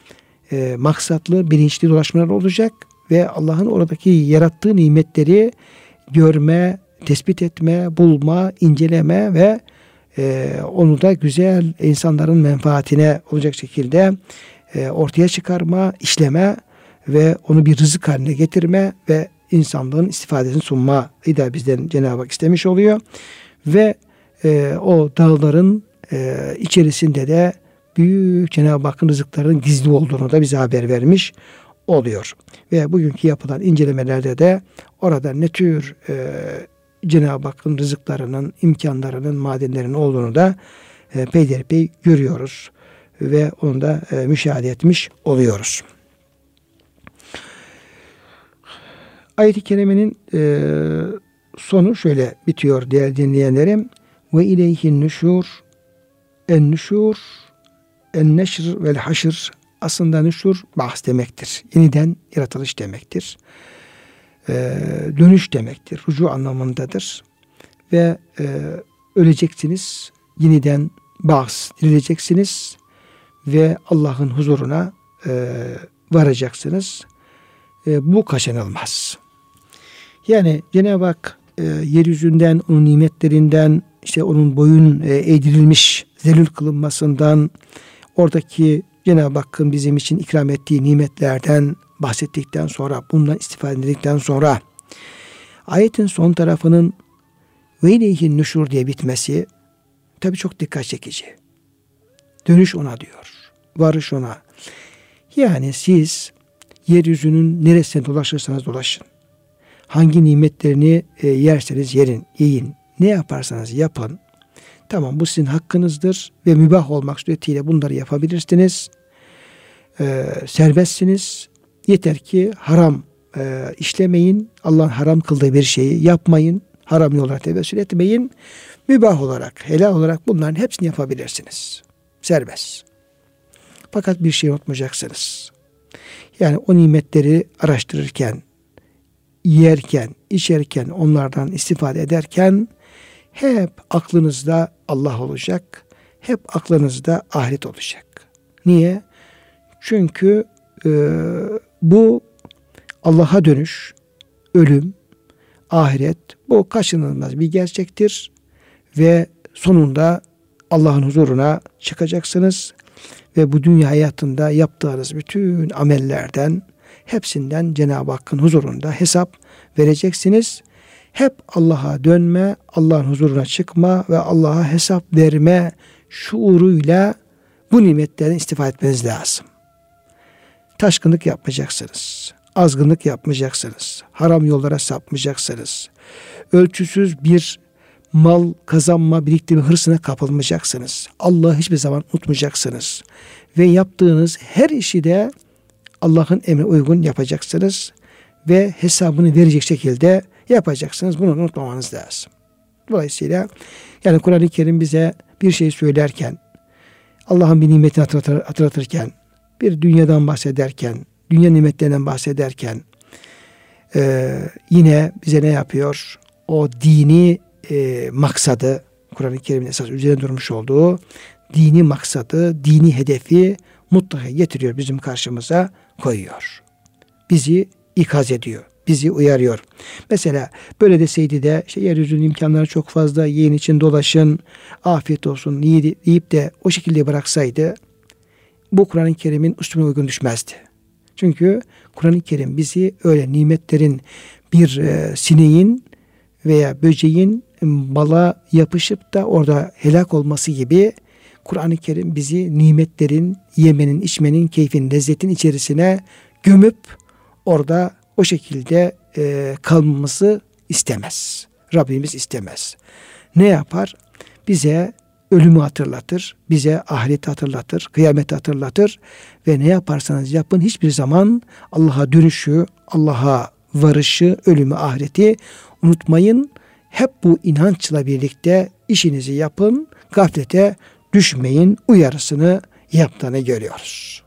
e, maksatlı, bilinçli dolaşmalar olacak ve Allah'ın oradaki yarattığı nimetleri görme, tespit etme, bulma, inceleme ve e, onu da güzel insanların menfaatine olacak şekilde e, ortaya çıkarma, işleme ve onu bir rızık haline getirme ve insanlığın istifadesini sunmayı da bizden Cenab-ı Hak istemiş oluyor. Ve e, o dağların e, içerisinde de büyük Cenab-ı Hakk'ın rızıklarının gizli olduğunu da bize haber vermiş oluyor. Ve bugünkü yapılan incelemelerde de orada ne tür e, Cenab-ı Hakk'ın rızıklarının, imkanlarının, madenlerinin olduğunu da e, peyderpey görüyoruz ve onu da e, müşahede etmiş oluyoruz. Ayet-i Kerime'nin e, sonu şöyle bitiyor değerli dinleyenlerim. Ve ileyhin nüşur, en nüşur, en neşr vel haşr. Aslında nüşur bahs demektir. Yeniden yaratılış demektir. E, dönüş demektir. Rucu anlamındadır. Ve e, öleceksiniz. Yeniden bahs dirileceksiniz. Ve Allah'ın huzuruna e, varacaksınız. E, bu kaçınılmaz. Yani Cenab-ı Hak e, yeryüzünden, onun nimetlerinden, işte onun boyun e, eğdirilmiş, zelül kılınmasından, oradaki Cenab-ı Hakk'ın bizim için ikram ettiği nimetlerden bahsettikten sonra, bundan istifade edildikten sonra ayetin son tarafının ve ileyhin nüşur diye bitmesi tabii çok dikkat çekici. Dönüş ona diyor. Varış ona. Yani siz yeryüzünün neresine dolaşırsanız dolaşın, hangi nimetlerini e, yerseniz yerin, yiyin, ne yaparsanız yapın. Tamam, bu sizin hakkınızdır ve mübah olmak suretiyle bunları yapabilirsiniz. E, serbestsiniz. Yeter ki haram e, işlemeyin. Allah'ın haram kıldığı bir şeyi yapmayın. Haram yollara tevessül etmeyin. Mübah olarak, helal olarak bunların hepsini yapabilirsiniz. Serbest. Fakat bir şey unutmayacaksınız. Yani o nimetleri araştırırken, yerken, içerken, onlardan istifade ederken hep aklınızda Allah olacak. Hep aklınızda ahiret olacak. Niye? Çünkü e, bu Allah'a dönüş, ölüm, ahiret, bu kaçınılmaz bir gerçektir. Ve sonunda Allah'ın huzuruna çıkacaksınız. Ve bu dünya hayatında yaptığınız bütün amellerden, hepsinden Cenab-ı Hakk'ın huzurunda hesap vereceksiniz. Hep Allah'a dönme, Allah'ın huzuruna çıkma ve Allah'a hesap verme şuuruyla bu nimetlerden istifade etmeniz lazım. Taşkınlık yapmayacaksınız. Azgınlık yapmayacaksınız. Haram yollara sapmayacaksınız. Ölçüsüz bir mal kazanma, biriktirme hırsına kapılmayacaksınız. Allah'ı hiçbir zaman unutmayacaksınız. Ve yaptığınız her işi de Allah'ın emrine uygun yapacaksınız. Ve hesabını verecek şekilde yapacaksınız. Bunu unutmamanız lazım. Dolayısıyla yani Kur'an-ı Kerim bize bir şey söylerken, Allah'ın bir nimetini hatırlatır, hatırlatırken, bir dünyadan bahsederken, dünya nimetlerinden bahsederken e, yine bize ne yapıyor? O dini e, maksadı, Kur'an-ı Kerim'in esas üzerine durmuş olduğu dini maksadı, dini hedefi mutlaka getiriyor, bizim karşımıza koyuyor. Bizi ikaz ediyor, bizi uyarıyor. Mesela böyle deseydi de işte yeryüzünün imkanları çok fazla, yiyin için dolaşın, afiyet olsun deyip de o şekilde bıraksaydı, bu Kur'an-ı Kerim'in üstüne uygun düşmezdi. Çünkü Kur'an-ı Kerim bizi öyle nimetlerin, bir e, sineğin veya böceğin bala yapışıp da orada helak olması gibi, Kur'an-ı Kerim bizi nimetlerin, yemenin, içmenin, keyfin, lezzetin içerisine gömüp orada o şekilde e, kalmamızı istemez. Rabbimiz istemez. Ne yapar? Bize ölümü hatırlatır, bize ahireti hatırlatır, kıyameti hatırlatır ve ne yaparsanız yapın hiçbir zaman Allah'a dönüşü, Allah'a varışı, ölümü, ahireti unutmayın. Hep bu inançla birlikte işinizi yapın, gaflete düşmeyin uyarısını yaptığını görüyoruz.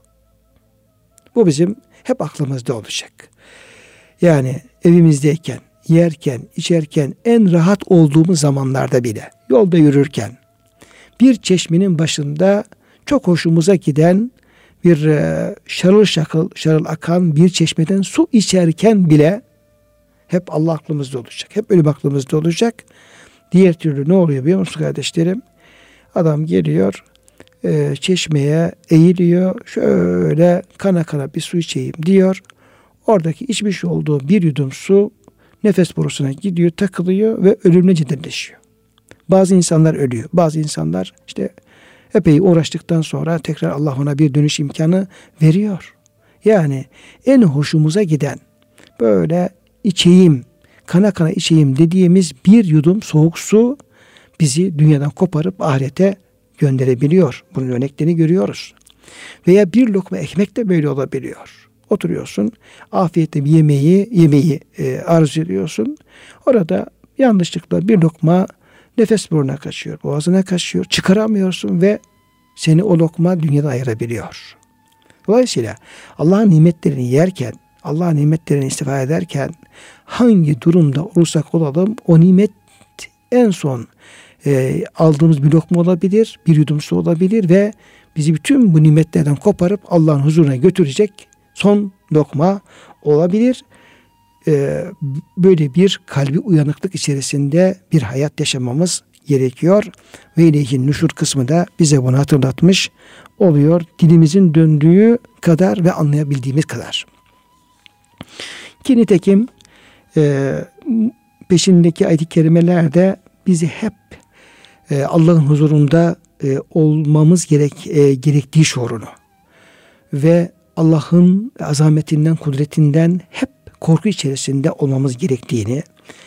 Bu bizim hep aklımızda olacak. Yani evimizdeyken, yerken, içerken, en rahat olduğumuz zamanlarda bile, yolda yürürken, bir çeşmenin başında çok hoşumuza giden bir e, şarıl şakıl, şarıl akan bir çeşmeden su içerken bile hep Allah aklımızda olacak. Hep ölüm aklımızda olacak. Diğer türlü ne oluyor biliyor musunuz kardeşlerim? Adam geliyor, e, çeşmeye eğiliyor, şöyle kana kana bir su içeyim diyor. Oradaki içmiş olduğu bir yudum su nefes borusuna gidiyor, takılıyor ve ölümle ciddileşiyor. Bazı insanlar ölüyor. Bazı insanlar işte epey uğraştıktan sonra tekrar Allah ona bir dönüş imkanı veriyor. Yani en hoşumuza giden böyle içeyim, kana kana içeyim dediğimiz bir yudum soğuk su bizi dünyadan koparıp ahirete gönderebiliyor. Bunun örneklerini görüyoruz. Veya bir lokma ekmek de böyle olabiliyor. Oturuyorsun, afiyetle bir yemeği, yemeği e, arzu ediyorsun. Orada yanlışlıkla bir lokma nefes burnuna kaçıyor, boğazına kaçıyor, çıkaramıyorsun ve seni o lokma dünyada ayırabiliyor. Dolayısıyla Allah'ın nimetlerini yerken, Allah'ın nimetlerini istifade ederken hangi durumda olursak olalım o nimet en son e, aldığımız bir lokma olabilir, bir yudum su olabilir ve bizi bütün bu nimetlerden koparıp Allah'ın huzuruna götürecek son lokma olabilir. Ee, böyle bir kalbi uyanıklık içerisinde bir hayat yaşamamız gerekiyor. Ve ileyhin nüşur kısmı da bize bunu hatırlatmış oluyor. Dilimizin döndüğü kadar ve anlayabildiğimiz kadar. Ki nitekim e, peşindeki ayet-i kerimelerde bizi hep e, Allah'ın huzurunda e, olmamız gerek, e, gerektiği şuurunu ve Allah'ın azametinden, kudretinden hep korku içerisinde olmamız gerektiğini,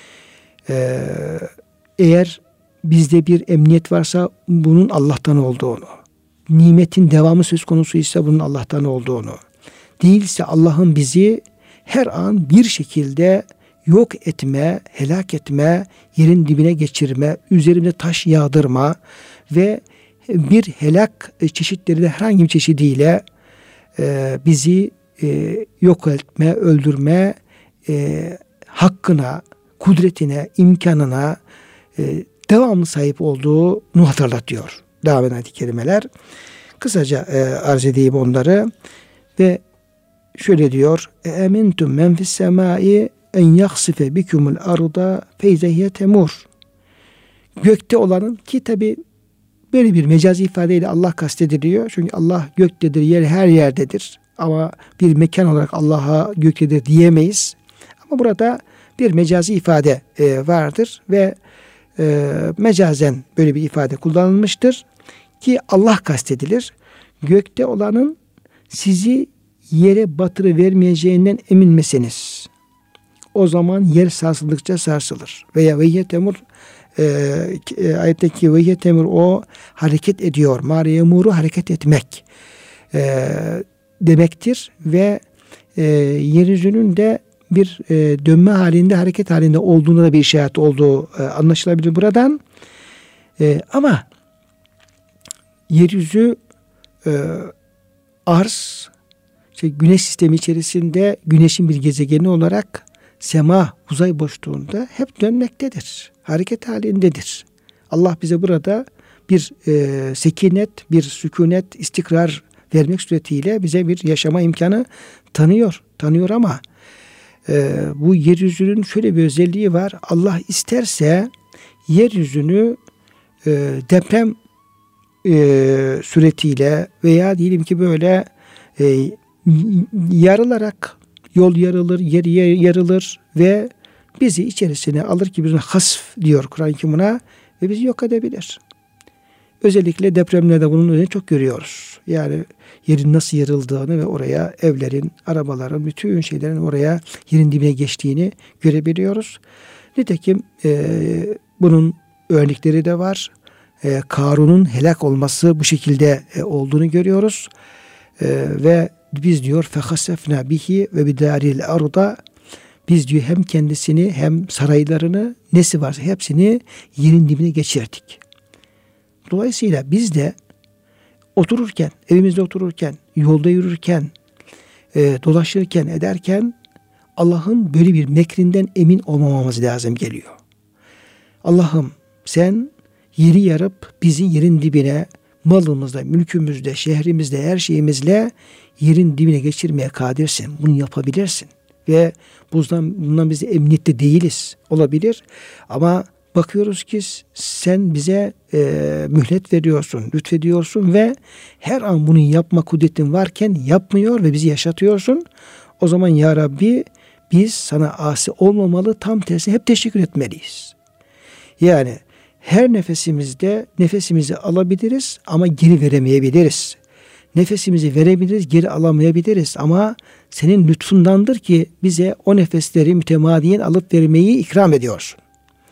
e, eğer bizde bir emniyet varsa bunun Allah'tan olduğunu, nimetin devamı söz konusuysa bunun Allah'tan olduğunu, değilse Allah'ın bizi her an bir şekilde yok etme, helak etme, yerin dibine geçirme, üzerine taş yağdırma ve bir helak çeşitleri herhangi bir çeşidiyle e, bizi e, yok etme, öldürme e, hakkına, kudretine, imkanına e, devamlı sahip olduğunu hatırlatıyor. Devam eden ayet-i kerimeler. Kısaca e, arz edeyim onları ve şöyle diyor: "Emintum men fis semai en yaksife bikumul arda feyzehiye temur." Gökte olanın, ki tabi böyle bir mecazi ifadeyle Allah kastediliyor. Çünkü Allah göktedir, yer her yerdedir. Ama bir mekan olarak Allah'a göktedir diyemeyiz. Ama burada bir mecazi ifade e, vardır ve e, mecazen böyle bir ifade kullanılmıştır ki Allah kastedilir. gökte olanın sizi yere batırıvermeyeceğinden emin misiniz? O zaman yer sarsıldıkça sarsılır. Veya veyye temur e, e, ayetteki veyye temur o hareket ediyor. Mâre yemuru hareket etmek e, demektir. Ve e, yeryüzünün de bir e, dönme halinde, hareket halinde olduğunda da bir işaret olduğu e, anlaşılabilir buradan. E, ama yeryüzü e, arz, işte güneş sistemi içerisinde güneşin bir gezegeni olarak sema, uzay boşluğunda hep dönmektedir. Hareket halindedir. Allah bize burada bir e, sekinet, bir sükunet, istikrar vermek suretiyle bize bir yaşama imkanı tanıyor. Tanıyor ama e, bu yeryüzünün şöyle bir özelliği var. Allah isterse yeryüzünü e, deprem e, suretiyle veya diyelim ki böyle e, yarılarak, yol yarılır, yer yarılır ve bizi içerisine alır ki bize hasf diyor Kur'an-ı Kerim buna ve bizi yok edebilir. Özellikle depremlerde bunun özelliğini çok görüyoruz. Yani yerin nasıl yarıldığını ve oraya evlerin, arabaların, bütün şeylerin oraya yerin dibine geçtiğini görebiliyoruz. Nitekim e, bunun örnekleri de var. E, Karun'un helak olması bu şekilde e, olduğunu görüyoruz. E, ve biz diyor fehasefna bihi ve bidaril arda, biz diyor hem kendisini hem saraylarını nesi varsa hepsini yerin dibine geçirdik. Dolayısıyla biz de otururken, evimizde otururken, yolda yürürken, e, dolaşırken, ederken Allah'ın böyle bir mekrinden emin olmamamız lazım geliyor. Allah'ım sen yeri yarıp bizi yerin dibine, malımızda, mülkümüzde, şehrimizde, her şeyimizle yerin dibine geçirmeye kadirsin. Bunu yapabilirsin. Ve bundan, bundan biz de emniyette değiliz. Olabilir. Ama bakıyoruz ki sen bize e, mühlet veriyorsun, lütfediyorsun ve her an bunu yapma kudretin varken yapmıyor ve bizi yaşatıyorsun. O zaman ya Rabbi biz sana asi olmamalı, tam tersi hep teşekkür etmeliyiz. Yani her nefesimizde nefesimizi alabiliriz ama geri veremeyebiliriz. Nefesimizi verebiliriz, geri alamayabiliriz ama senin lütfundandır ki bize o nefesleri mütemadiyen alıp vermeyi ikram ediyorsun.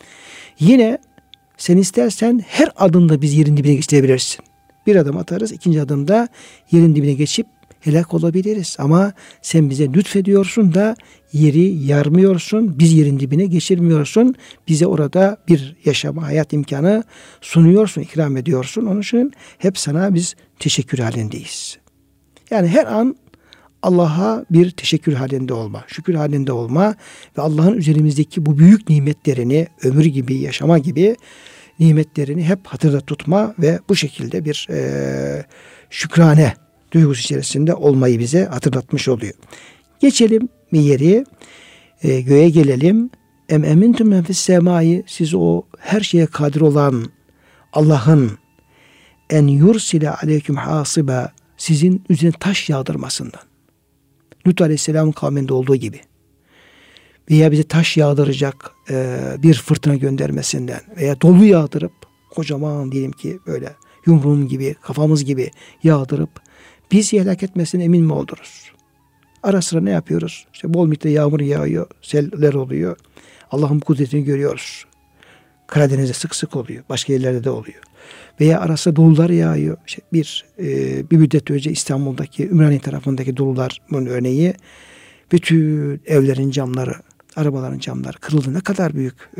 Yine sen istersen her adımda biz yerin dibine geçirebilirsin. Bir adım atarız, ikinci adımda yerin dibine geçip helak olabiliriz. Ama sen bize lütfediyorsun da yeri yarmıyorsun, biz yerin dibine geçirmiyorsun. Bize orada bir yaşama, hayat imkanı sunuyorsun, ikram ediyorsun. Onun için hep sana biz teşekkür halindeyiz. Yani her an Allah'a bir teşekkür halinde olma, şükür halinde olma ve Allah'ın üzerimizdeki bu büyük nimetlerini, ömür gibi, yaşama gibi nimetlerini hep hatırda tutma ve bu şekilde bir e, şükrane duygusu içerisinde olmayı bize hatırlatmış oluyor. Geçelim bir yeri, e, göğe gelelim. Em emintum men fis semai, siz o her şeye kadir olan Allah'ın en yursile aleyküm hasiba, sizin üzerine taş yağdırmasından. Lut Aleyhisselam'ın kavminde olduğu gibi. Veya bize taş yağdıracak e, bir fırtına göndermesinden veya dolu yağdırıp kocaman diyelim ki böyle yumruğum gibi, kafamız gibi yağdırıp bizi helak etmesine emin mi oluruz? Ara sıra ne yapıyoruz? İşte bol miktarda yağmur yağıyor, seller oluyor. Allah'ın kudretini görüyoruz. Karadeniz'de sık sık oluyor. Başka yerlerde de oluyor. Veya arasında dolular yağıyor. İşte bir e, bir müddet önce İstanbul'daki Ümraniye tarafındaki dolular bunun örneği. Bütün evlerin camları, arabaların camları kırıldı. Ne kadar büyük e,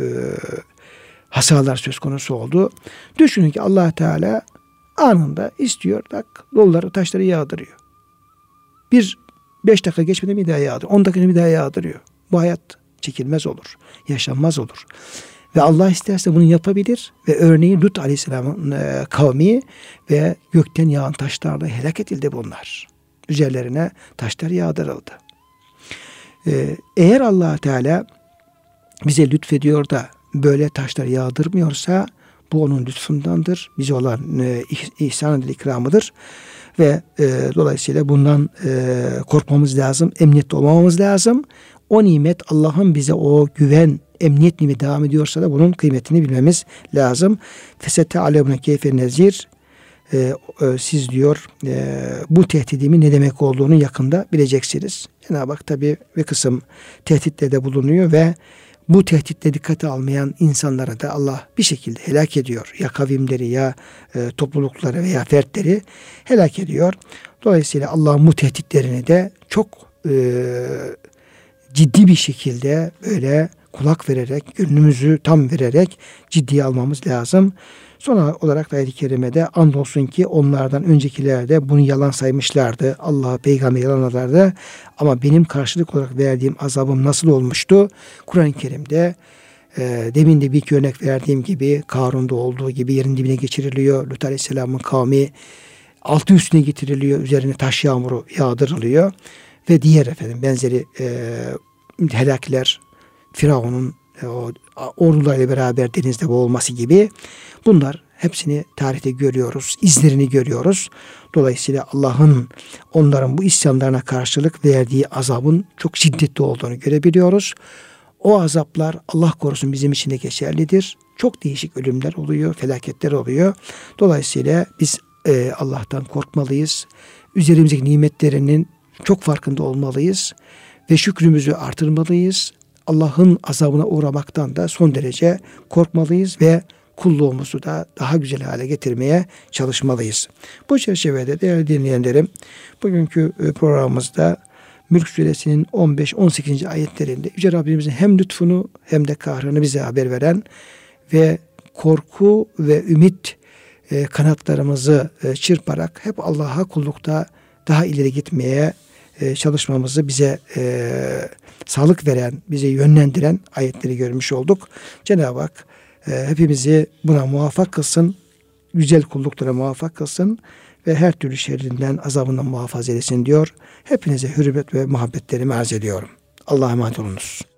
hasarlar söz konusu oldu. Düşünün ki Allah Teala anında istiyor, bak doluları, taşları yağdırıyor. Bir beş dakika geçmeden bir daha yağdırıyor. On dakika bir daha yağdırıyor. Bu hayat çekilmez olur. Yaşanmaz olur. Ve Allah isterse bunu yapabilir ve örneğin Lut Aleyhisselam'ın e, kavmi ve gökten yağan taşlarla helak edildi bunlar. Üzerlerine taşlar yağdırıldı. E, eğer Allah Teala bize lütfediyor da böyle taşlar yağdırmıyorsa bu onun lütfundandır. Bize olan e, ihsan-ı ikramıdır. Ve e, dolayısıyla bundan e, korkmamız lazım. Emniyette olmamamız lazım. O nimet Allah'ın bize o güven, emniyet nimeti devam ediyorsa da bunun kıymetini bilmemiz lazım. Fesete alemune keyfe nezir. e, e, siz diyor e, bu tehdidimin ne demek olduğunu yakında bileceksiniz. Cenab-ı Hak tabi bir kısım tehditlerde bulunuyor ve bu tehditle dikkate almayan insanlara da Allah bir şekilde helak ediyor. Ya kavimleri ya e, toplulukları veya fertleri helak ediyor. Dolayısıyla Allah'ın bu tehditlerini de çok e, ciddi bir şekilde böyle kulak vererek, gönlümüzü tam vererek ciddiye almamız lazım. Sonra olarak ayet-i kerimede andolsun ki onlardan öncekiler de bunu yalan saymışlardı. Allah'a, peygamberi yalanladılardı. Ama benim karşılık olarak verdiğim azabım nasıl olmuştu? Kur'an-ı Kerim'de e, demin de bir iki örnek verdiğim gibi Karun'da olduğu gibi yerin dibine geçiriliyor. Lut Aleyhisselam'ın kavmi altı üstüne getiriliyor. Üzerine taş yağmuru yağdırılıyor. Ve diğer efendim benzeri e, helakler, Firavun'un e, o ordularıyla beraber denizde boğulması gibi bunlar hepsini tarihte görüyoruz, izlerini görüyoruz. Dolayısıyla Allah'ın onların bu isyanlarına karşılık verdiği azabın çok şiddetli olduğunu görebiliyoruz. O azaplar Allah korusun bizim için de geçerlidir. Çok değişik ölümler oluyor, felaketler oluyor. Dolayısıyla biz e, Allah'tan korkmalıyız. Üzerimizdeki nimetlerinin çok farkında olmalıyız ve şükrümüzü artırmalıyız. Allah'ın azabına uğramaktan da son derece korkmalıyız ve kulluğumuzu da daha güzel hale getirmeye çalışmalıyız. Bu çerçevede değerli dinleyenlerim, bugünkü programımızda Mülk Suresinin on beş on sekizinci ayetlerinde Yüce Rabbimizin hem lütfunu hem de kahrını bize haber veren ve korku ve ümit kanatlarımızı çırparak hep Allah'a kullukta daha ileri gitmeye çalışmamızı bize e, sağlık veren, bize yönlendiren ayetleri görmüş olduk. Cenab-ı Hak e, hepimizi buna muvaffak kılsın, güzel kulluklara muvaffak kılsın ve her türlü şerrinden, azabından muhafaza eylesin diyor. Hepinize hürmet ve muhabbetlerimi arz ediyorum. Allah'a emanet olunuz.